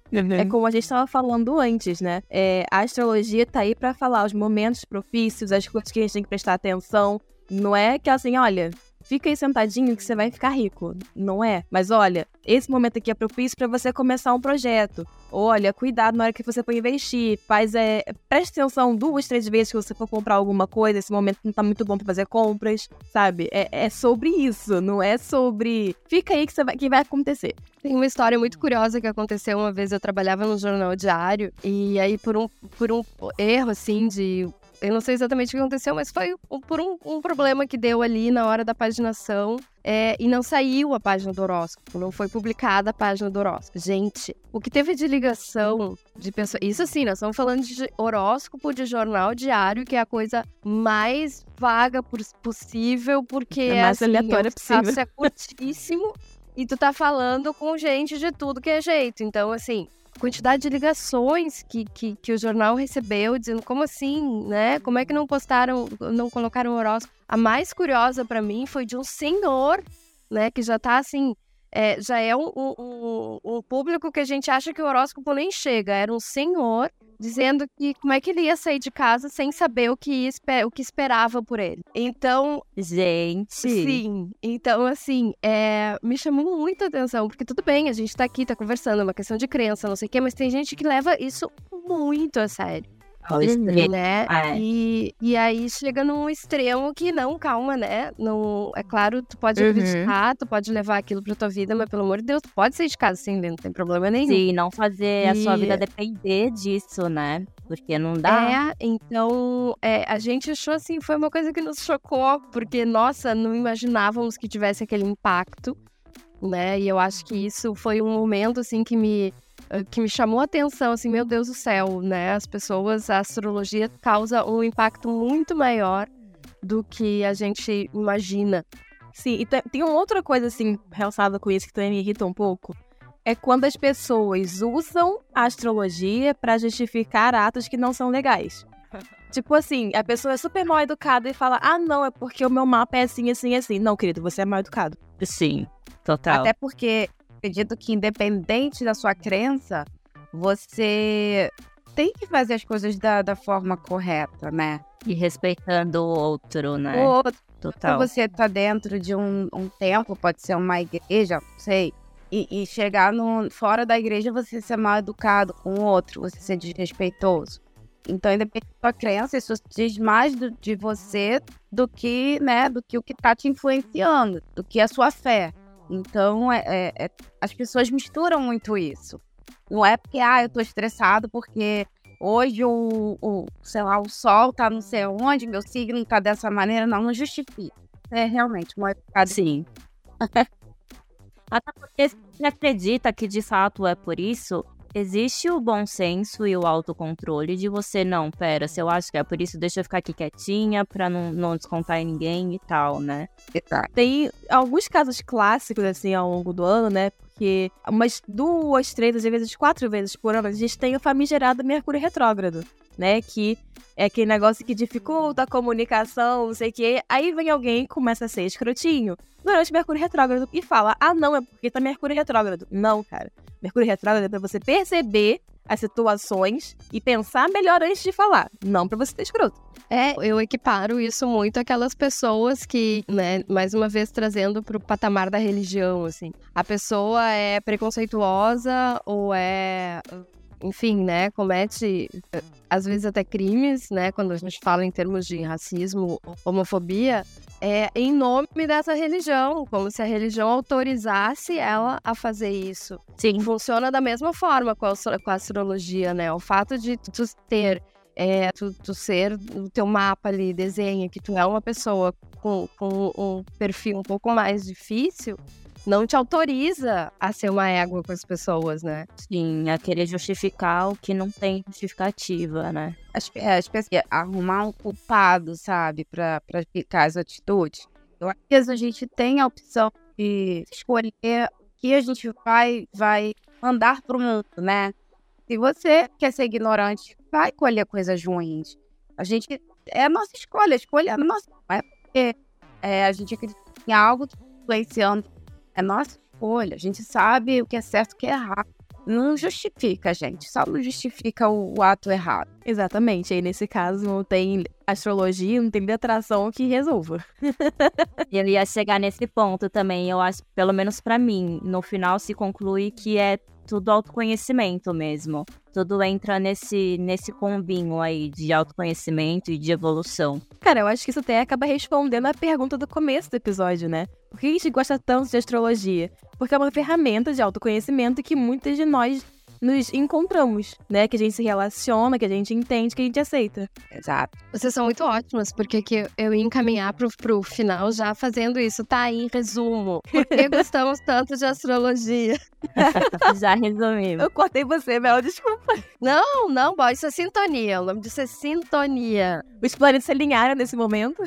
[SPEAKER 5] É como a gente estava falando antes, né? É, a astrologia tá aí pra falar os momentos propícios, as coisas que a gente tem que prestar atenção. Não é que assim, olha, fica aí sentadinho que você vai ficar rico. Não é. Mas olha, esse momento aqui é propício pra você começar um projeto. Olha, cuidado na hora que você for investir. Faz, é, preste atenção duas, três vezes que você for comprar alguma coisa. Esse momento não tá muito bom pra fazer compras, sabe? É, é sobre isso, não é sobre... Fica aí que, você vai, que vai acontecer.
[SPEAKER 2] Tem uma história muito curiosa que aconteceu uma vez. Eu trabalhava no jornal diário e aí por um, por um erro, assim, de... Eu não sei exatamente o que aconteceu, mas foi por um, um problema que deu ali na hora da paginação. É, e não saiu a página do horóscopo, não foi publicada a página do horóscopo. Gente, o que teve de ligação de pessoas... Isso assim, nós estamos falando de horóscopo de jornal diário, que é a coisa mais vaga possível, porque
[SPEAKER 5] É mais
[SPEAKER 2] assim,
[SPEAKER 5] aleatória
[SPEAKER 2] o
[SPEAKER 5] possível.
[SPEAKER 2] status é curtíssimo e tu tá falando com gente de tudo que é jeito. Então, assim... quantidade de ligações que, que, que o jornal recebeu, dizendo como assim, né? Como é que não postaram, não colocaram o horóscopo? A mais curiosa pra mim foi de um senhor, né? Que já tá assim, é, já é um, um, um público que a gente acha que o horóscopo nem chega. Era um senhor dizendo que como é que ele ia sair de casa sem saber o que, ia, o que esperava por ele. Então...
[SPEAKER 3] Gente...
[SPEAKER 2] Sim. Então, assim, é, me chamou muita atenção, porque tudo bem, a gente tá aqui, tá conversando, é uma questão de crença, não sei o quê, mas tem gente que leva isso muito a sério.
[SPEAKER 3] Ao extremo.
[SPEAKER 2] Né?
[SPEAKER 3] É.
[SPEAKER 2] E, e aí chega num extremo que não, calma, né? Não, é claro, tu pode
[SPEAKER 3] Uhum.
[SPEAKER 2] acreditar, tu pode levar aquilo pra tua vida, mas pelo amor de Deus, tu pode sair de casa sem ler, não tem problema nenhum.
[SPEAKER 3] Sim, não fazer a sua
[SPEAKER 2] E-
[SPEAKER 3] vida depender disso, né? Porque não dá.
[SPEAKER 2] É, então, é, a gente achou assim, foi uma coisa que nos chocou, porque, nossa, não imaginávamos que tivesse aquele impacto, né? E eu acho que isso foi um momento, assim, que me, eh, que me chamou a atenção, assim, meu Deus do céu, né? As pessoas, a astrologia causa um impacto muito maior do que a gente imagina.
[SPEAKER 5] Sim, e tem, tem uma outra coisa, assim, relacionada com isso que também me irrita um pouco. É quando as pessoas usam a astrologia pra justificar atos que não são legais. Tipo assim, a pessoa é super mal educada e fala, ah, não, é porque o meu mapa é assim, assim, assim. Não, querido, você é mal educado.
[SPEAKER 3] Sim, total.
[SPEAKER 4] Até porque acredito que, independente da sua crença, você tem que fazer as coisas da, da forma correta, né?
[SPEAKER 3] E respeitando o outro, né?
[SPEAKER 4] O outro,
[SPEAKER 3] Total.
[SPEAKER 4] você tá dentro de um, um templo, pode ser uma igreja, não sei, e, e chegar no, fora da igreja, você ser mal educado com o outro, você ser desrespeitoso. Então, independente da sua crença, isso diz mais do, de você do que, né, do que o que tá te influenciando, do que a sua fé. Então, é, é, é, as pessoas misturam muito isso. Não é porque, ah, eu tô estressado porque hoje o, o, sei lá, o sol tá não sei onde, meu signo tá dessa maneira. Não, não justifica. É realmente mal educado.
[SPEAKER 3] Sim. Até porque se você acredita que de fato é por isso, existe o bom senso e o autocontrole de você, não, pera, se eu acho que é por isso, deixa eu ficar aqui quietinha pra não, não descontar em ninguém e tal, né?
[SPEAKER 5] Tem alguns casos clássicos, assim, ao longo do ano, né? Porque umas duas, três, às vezes quatro vezes por ano, a gente tem o famigerado Mercúrio retrógrado, né? Que é aquele negócio que dificulta a comunicação, não sei o quê. Aí vem alguém e começa a ser escrotinho durante Mercúrio retrógrado e fala, ah, não, é porque tá Mercúrio retrógrado. Não, cara. Mercúrio retrógrado é pra você perceber as situações e pensar melhor antes de falar. Não pra você ter escroto.
[SPEAKER 2] É, eu equiparo isso muito àquelas pessoas que, né, mais uma vez trazendo pro patamar da religião, assim. A pessoa é preconceituosa ou é, enfim, né, comete às vezes até crimes, né, quando a gente fala em termos de racismo, homofobia, é em nome dessa religião, como se a religião autorizasse ela a fazer isso.
[SPEAKER 3] Sim.
[SPEAKER 2] Funciona da mesma forma com a, com a astrologia, né, o fato de tu ter... É, tu, tu ser, o teu mapa ali desenha que tu é uma pessoa com, com um perfil um pouco mais difícil, não te autoriza a ser uma égua com as pessoas, né?
[SPEAKER 3] Sim, a querer justificar o que não tem justificativa, né?
[SPEAKER 4] As, é, as pessoas arrumar um culpado, sabe, pra, pra explicar as atitudes. Eu acho que a gente tem a opção de escolher o que a gente vai, vai mandar pro mundo, né? Se você quer ser ignorante, vai colher coisas ruins. A gente... É a nossa escolha. A escolha é nossa. Não é porque é, a gente acredita em algo que está influenciando. É nossa escolha. A gente sabe o que é certo e o que é errado. Não justifica, gente. Só não justifica o, o ato errado.
[SPEAKER 5] Exatamente. Aí, nesse caso, não tem astrologia, não tem letração que resolva.
[SPEAKER 3] E ele ia chegar nesse ponto também. Eu acho, pelo menos pra mim, no final se conclui que é tudo autoconhecimento mesmo. Tudo entra nesse, nesse combinho aí de autoconhecimento e de evolução.
[SPEAKER 5] Cara, eu acho que isso até acaba respondendo a pergunta do começo do episódio, né? Por que a gente gosta tanto de astrologia? Porque é uma ferramenta de autoconhecimento que muitas de nós nos encontramos, né? Que a gente se relaciona, que a gente entende, que a gente aceita.
[SPEAKER 4] Exato.
[SPEAKER 2] Vocês são muito ótimas, porque que eu ia encaminhar pro, pro final já fazendo isso. Tá aí, em resumo. Por que gostamos tanto de astrologia?
[SPEAKER 3] Já resumimos.
[SPEAKER 5] Eu cortei você, Mel, desculpa.
[SPEAKER 2] Não, não, boy, isso é sintonia. O nome disso é sintonia.
[SPEAKER 5] Os planetas se alinharam nesse momento.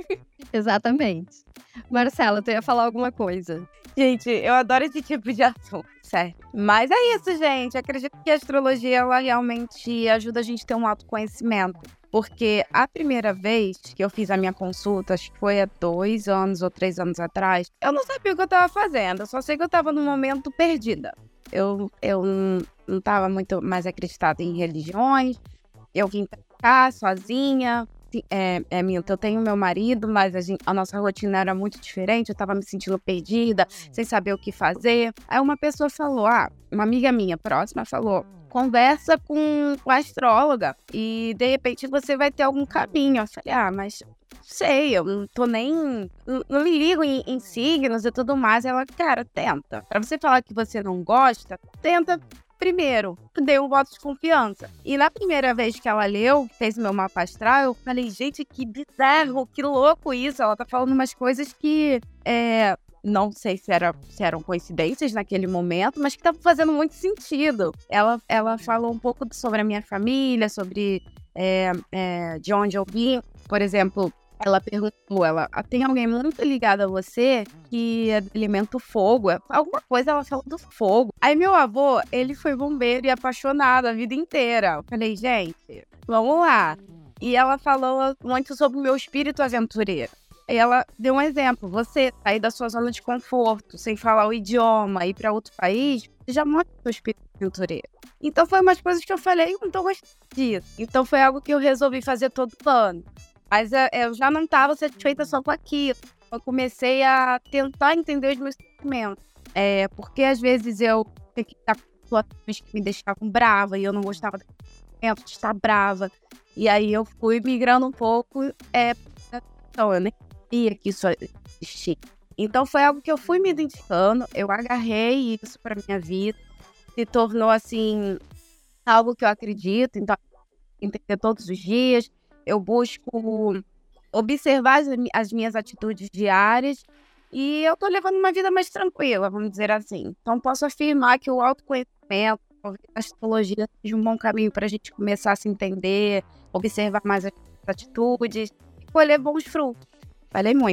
[SPEAKER 2] Exatamente. Marcela, tu ia falar alguma coisa.
[SPEAKER 4] Gente, eu adoro esse tipo de assunto, sério. Mas é isso, gente. Acredito que a astrologia, ela realmente ajuda a gente a ter um autoconhecimento. Porque a primeira vez que eu fiz a minha consulta, acho que foi há dois anos ou três anos atrás, eu não sabia o que eu tava fazendo. Eu só sei que eu tava num momento perdida. Eu, eu não tava muito mais acreditada em religiões. Eu vim pra cá sozinha. É, é Milton, eu tenho meu marido, mas a, gente, a nossa rotina era muito diferente, eu tava me sentindo perdida, sem saber o que fazer. Aí uma pessoa falou, ah, uma amiga minha próxima falou, conversa com, com a astróloga e de repente você vai ter algum caminho. Eu falei, ah, mas sei, eu não tô nem, não, não me ligo em, em signos e tudo mais. Ela, cara, tenta. Pra você falar que você não gosta, tenta primeiro, dei um voto de confiança. E na primeira vez que ela leu, fez meu mapa astral, eu falei, gente, que bizarro, que louco isso. Ela tá falando umas coisas que, é, não sei se, era, se eram coincidências naquele momento, mas que estavam fazendo muito sentido. Ela, ela falou um pouco sobre a minha família, sobre é, é, de onde eu vim. Por exemplo, ela perguntou, ela, tem alguém muito ligado a você que alimenta o fogo? Alguma coisa ela falou do fogo. Aí meu avô, ele foi bombeiro e apaixonado a vida inteira. Eu falei, gente, vamos lá. E ela falou muito sobre o meu espírito aventureiro. E ela deu um exemplo, você sair da sua zona de conforto, sem falar o idioma, ir para outro país, você já mostra o seu espírito aventureiro. Então foi umas coisas que eu falei, eu não tô gostando disso. Então foi algo que eu resolvi fazer todo ano. Mas eu já não estava satisfeita só com aquilo. Eu comecei a tentar entender os meus sentimentos. É, porque às vezes eu tinha que estar com situações que me deixavam brava e eu não gostava de estar brava. E aí eu fui migrando um pouco. É, então, eu nem sabia que isso existia. Então foi algo que eu fui me identificando. Eu agarrei isso para minha vida. Se tornou assim algo que eu acredito. Então, entender todos os dias. Eu busco observar as, as minhas atitudes diárias e eu tô levando uma vida mais tranquila, vamos dizer assim. Então, posso afirmar que o autoconhecimento, a astrologia seja um bom caminho para a gente começar a se entender, observar mais as atitudes e colher bons frutos. Falei muito.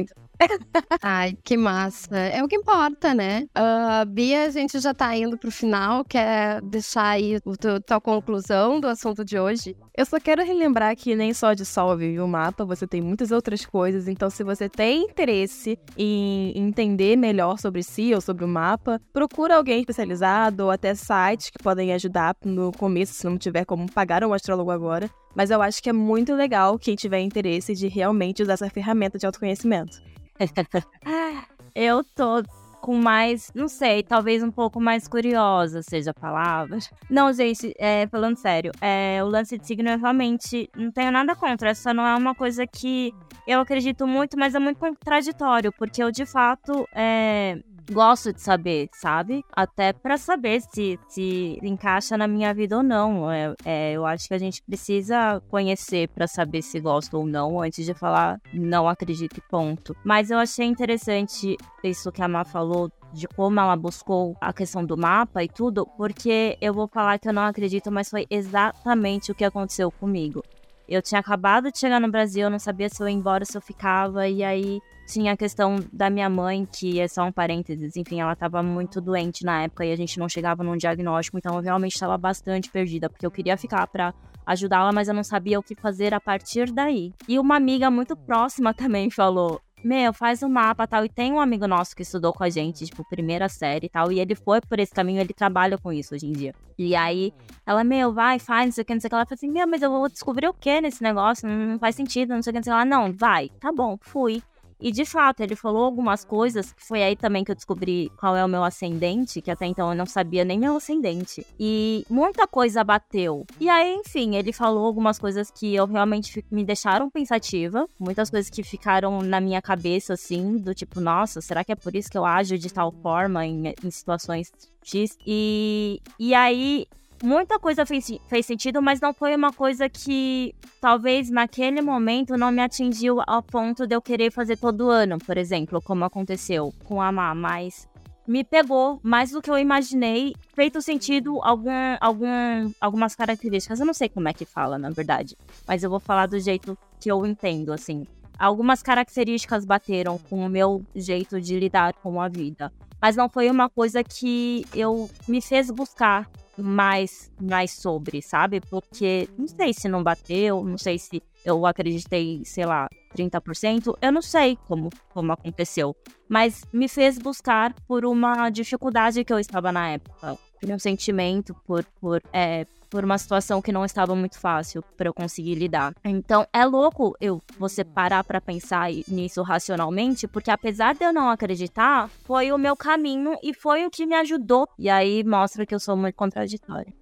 [SPEAKER 2] Ai, que massa. É o que importa, né? Uh, Bia, a gente já tá indo pro final. Quer deixar aí a tua, tua conclusão do assunto de hoje?
[SPEAKER 5] Eu só quero relembrar que nem só de sol vive o mapa, você tem muitas outras coisas. Então, se você tem interesse em entender melhor sobre si ou sobre o mapa, procura alguém especializado ou até sites que podem ajudar no começo, se não tiver como pagar um astrólogo agora. Mas eu acho que é muito legal quem tiver interesse de realmente usar essa ferramenta de autoconhecimento.
[SPEAKER 3] Eu tô com mais, não sei, talvez um pouco mais curiosa, seja a palavra. Não, gente, é, falando sério, é, o lance de signo eu realmente não tenho nada contra. Essa não é uma coisa que eu acredito muito, mas é muito contraditório, porque eu, de fato, é, gosto de saber, sabe? Até pra saber se, se encaixa na minha vida ou não. É, é, eu acho que a gente precisa conhecer pra saber se gosta ou não, antes de falar não acredito e ponto. Mas eu achei interessante isso que a Má falou, de como ela buscou a questão do mapa e tudo, porque eu vou falar que eu não acredito, mas foi exatamente o que aconteceu comigo. Eu tinha acabado de chegar no Brasil, eu não sabia se eu ia embora, se eu ficava, e aí tinha a questão da minha mãe, que é só um parênteses, enfim, ela tava muito doente na época e a gente não chegava num diagnóstico, então eu realmente estava bastante perdida, porque eu queria ficar pra ajudá-la, mas eu não sabia o que fazer a partir daí. E uma amiga muito próxima também falou: meu, faz o mapa e tal. E tem um amigo nosso que estudou com a gente, tipo, primeira série e tal. E ele foi por esse caminho, ele trabalha com isso hoje em dia. E aí, ela, meu, vai, faz, não sei o que, não sei o que. Ela falou assim, meu, mas eu vou descobrir o que nesse negócio? Não, não faz sentido, não sei o que, não sei o que. Ela, não, vai, tá bom, fui. E de fato, ele falou algumas coisas, que foi aí também que eu descobri qual é o meu ascendente, que até então eu não sabia nem meu ascendente. E muita coisa bateu. E aí, enfim, ele falou algumas coisas que eu realmente me deixaram pensativa. Muitas coisas que ficaram na minha cabeça, assim, do tipo, nossa, será que é por isso que eu ajo de tal forma em, em situações X? E, e aí, muita coisa fez, fez sentido, mas não foi uma coisa que talvez naquele momento não me atingiu ao ponto de eu querer fazer todo ano, por exemplo, como aconteceu com a Má, mas me pegou mais do que eu imaginei, feito sentido algum, algum, algumas características. Eu não sei como é que fala, na verdade, mas eu vou falar do jeito que eu entendo, assim. Algumas características bateram com o meu jeito de lidar com a vida, mas não foi uma coisa que eu me fez buscar mais, mais sobre, sabe? Porque não sei se não bateu, não sei se eu acreditei, sei lá, trinta por cento, eu não sei como, como aconteceu, mas me fez buscar por uma dificuldade que eu estava na época, por um sentimento, por, por, é, por uma situação que não estava muito fácil para eu conseguir lidar. Então é louco eu você parar para pensar nisso racionalmente, porque apesar de eu não acreditar, foi o meu caminho e foi o que me ajudou. E aí mostra que eu sou muito contraditória.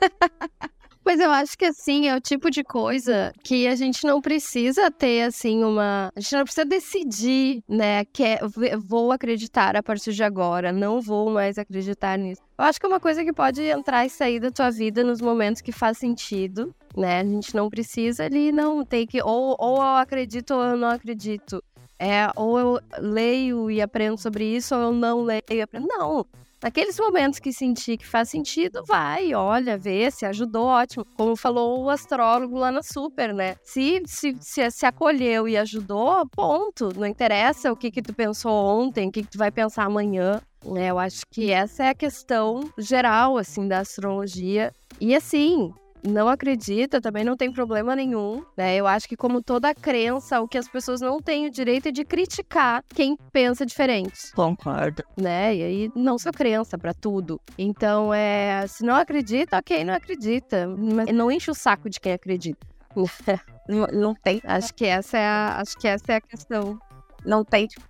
[SPEAKER 2] Pois eu acho que, assim, é o tipo de coisa que a gente não precisa ter, assim, uma... A gente não precisa decidir, né, que é, vou acreditar a partir de agora, não vou mais acreditar nisso. Eu acho que é uma coisa que pode entrar e sair da tua vida nos momentos que faz sentido, né? A gente não precisa ali, não, tem que... Ou, ou eu acredito ou eu não acredito. É, ou eu leio e aprendo sobre isso, ou eu não leio e aprendo. Não! Naqueles momentos que sentir que faz sentido, vai, olha, vê, se ajudou, ótimo. Como falou o astrólogo lá na Super, né? Se, se, se, se acolheu e ajudou, ponto. Não interessa o que, que tu pensou ontem, o que, que tu vai pensar amanhã. É, eu acho que essa é a questão geral, assim, da astrologia. E assim... não acredita, também não tem problema nenhum, né? Eu acho que, como toda crença, o que as pessoas não têm o direito é de criticar quem pensa diferente.
[SPEAKER 3] Concordo.
[SPEAKER 2] Né? E aí, não sou crença pra tudo. Então, é... se não acredita, ok, não acredita. Mas não enche o saco de quem acredita.
[SPEAKER 4] Não, não tem.
[SPEAKER 2] Acho que essa é a, acho que essa é a questão.
[SPEAKER 4] Não tem, tipo...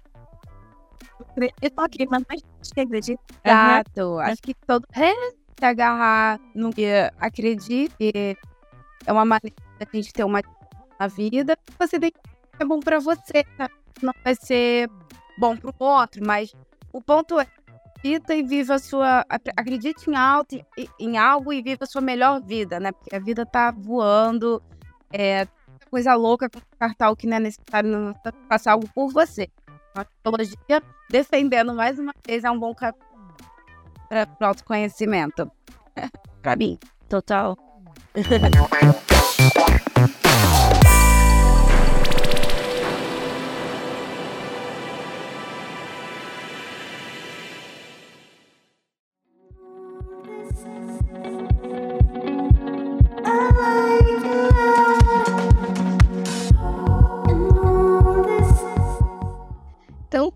[SPEAKER 5] Eu tô aqui, mas acho que acredito.
[SPEAKER 4] Exato. Uhum. Acho que todo... É. Se agarrar no que acredite, é uma maneira de a gente ter uma na vida. Você tem que ser bom pra você, tá? Não vai ser bom pro outro, mas o ponto é: acredita e viva a sua. Acredite em, alto, em algo e viva a sua melhor vida, né? Porque a vida tá voando, é coisa louca com cartão que não é necessário não passar algo por você. A astrologia, defendendo mais uma vez, é um bom caminho para o autoconhecimento. Para mim.
[SPEAKER 3] Total.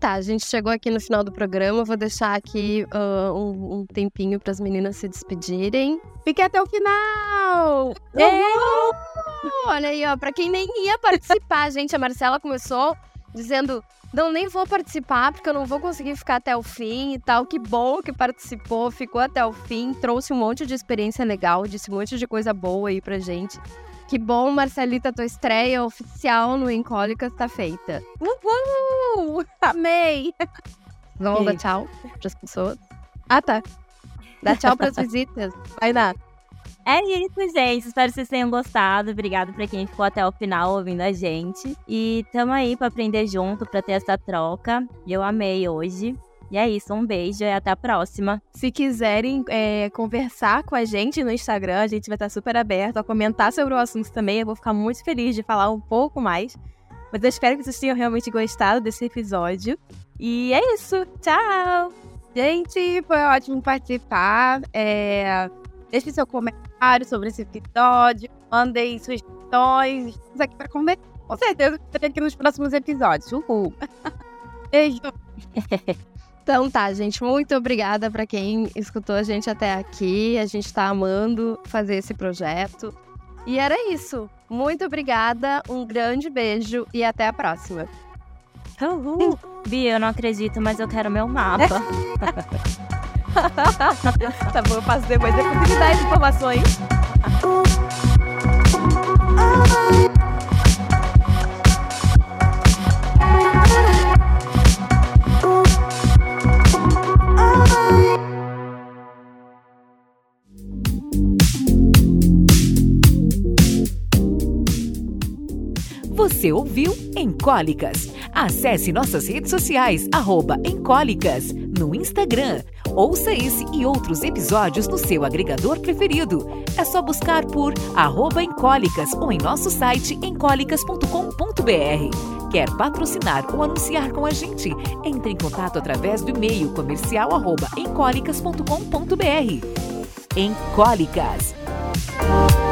[SPEAKER 2] tá, a gente chegou aqui no final do programa. Vou deixar aqui uh, um, um tempinho para as meninas se despedirem.
[SPEAKER 4] Fique até o final!
[SPEAKER 2] Uhul! Olha aí, ó, pra quem nem ia participar, gente, a Marcela começou dizendo, não, nem vou participar porque eu não vou conseguir ficar até o fim e tal. Que bom que participou, ficou até o fim, trouxe um monte de experiência legal, disse um monte de coisa boa aí pra gente. Que bom, Marcelita, tua estreia oficial no Encólicas tá feita.
[SPEAKER 4] Uhul! Amei!
[SPEAKER 2] Vamos
[SPEAKER 5] E...
[SPEAKER 2] dar tchau pras pessoas?
[SPEAKER 5] Ah, tá.
[SPEAKER 2] Dá tchau pras visitas.
[SPEAKER 5] Vai dar.
[SPEAKER 3] É isso, gente. Espero que vocês tenham gostado. Obrigado pra quem ficou até o final ouvindo a gente. E tamo aí pra aprender junto, pra ter essa troca. Eu amei hoje. E é isso, um beijo e até a próxima.
[SPEAKER 5] Se quiserem é, conversar com a gente no Instagram, a gente vai estar super aberto a comentar sobre o assunto também. Eu vou ficar muito feliz de falar um pouco mais. Mas eu espero que vocês tenham realmente gostado desse episódio. E é isso. Tchau!
[SPEAKER 4] Gente, foi ótimo participar. É... Deixe seu comentário sobre esse episódio. Mandem sugestões. Estamos aqui para conversar. Com certeza, estarei aqui nos próximos episódios. Uhul! Beijo!
[SPEAKER 2] Então tá, gente, muito obrigada pra quem escutou a gente até aqui. A gente tá amando fazer esse projeto. E era isso. Muito obrigada, um grande beijo e até a próxima.
[SPEAKER 3] Uhul. Bia, eu não acredito, mas eu quero meu mapa.
[SPEAKER 5] Tá bom, eu passo depois. Depois de dar as informações.
[SPEAKER 1] Você ouviu Encólicas? Acesse nossas redes sociais, arroba Encólicas, no Instagram. Ouça esse e outros episódios no seu agregador preferido. É só buscar por arroba Encólicas ou em nosso site encólicas ponto com ponto b r. Quer patrocinar ou anunciar com a gente? Entre em contato através do e-mail comercial arroba encólicas ponto com ponto b r. Encólicas.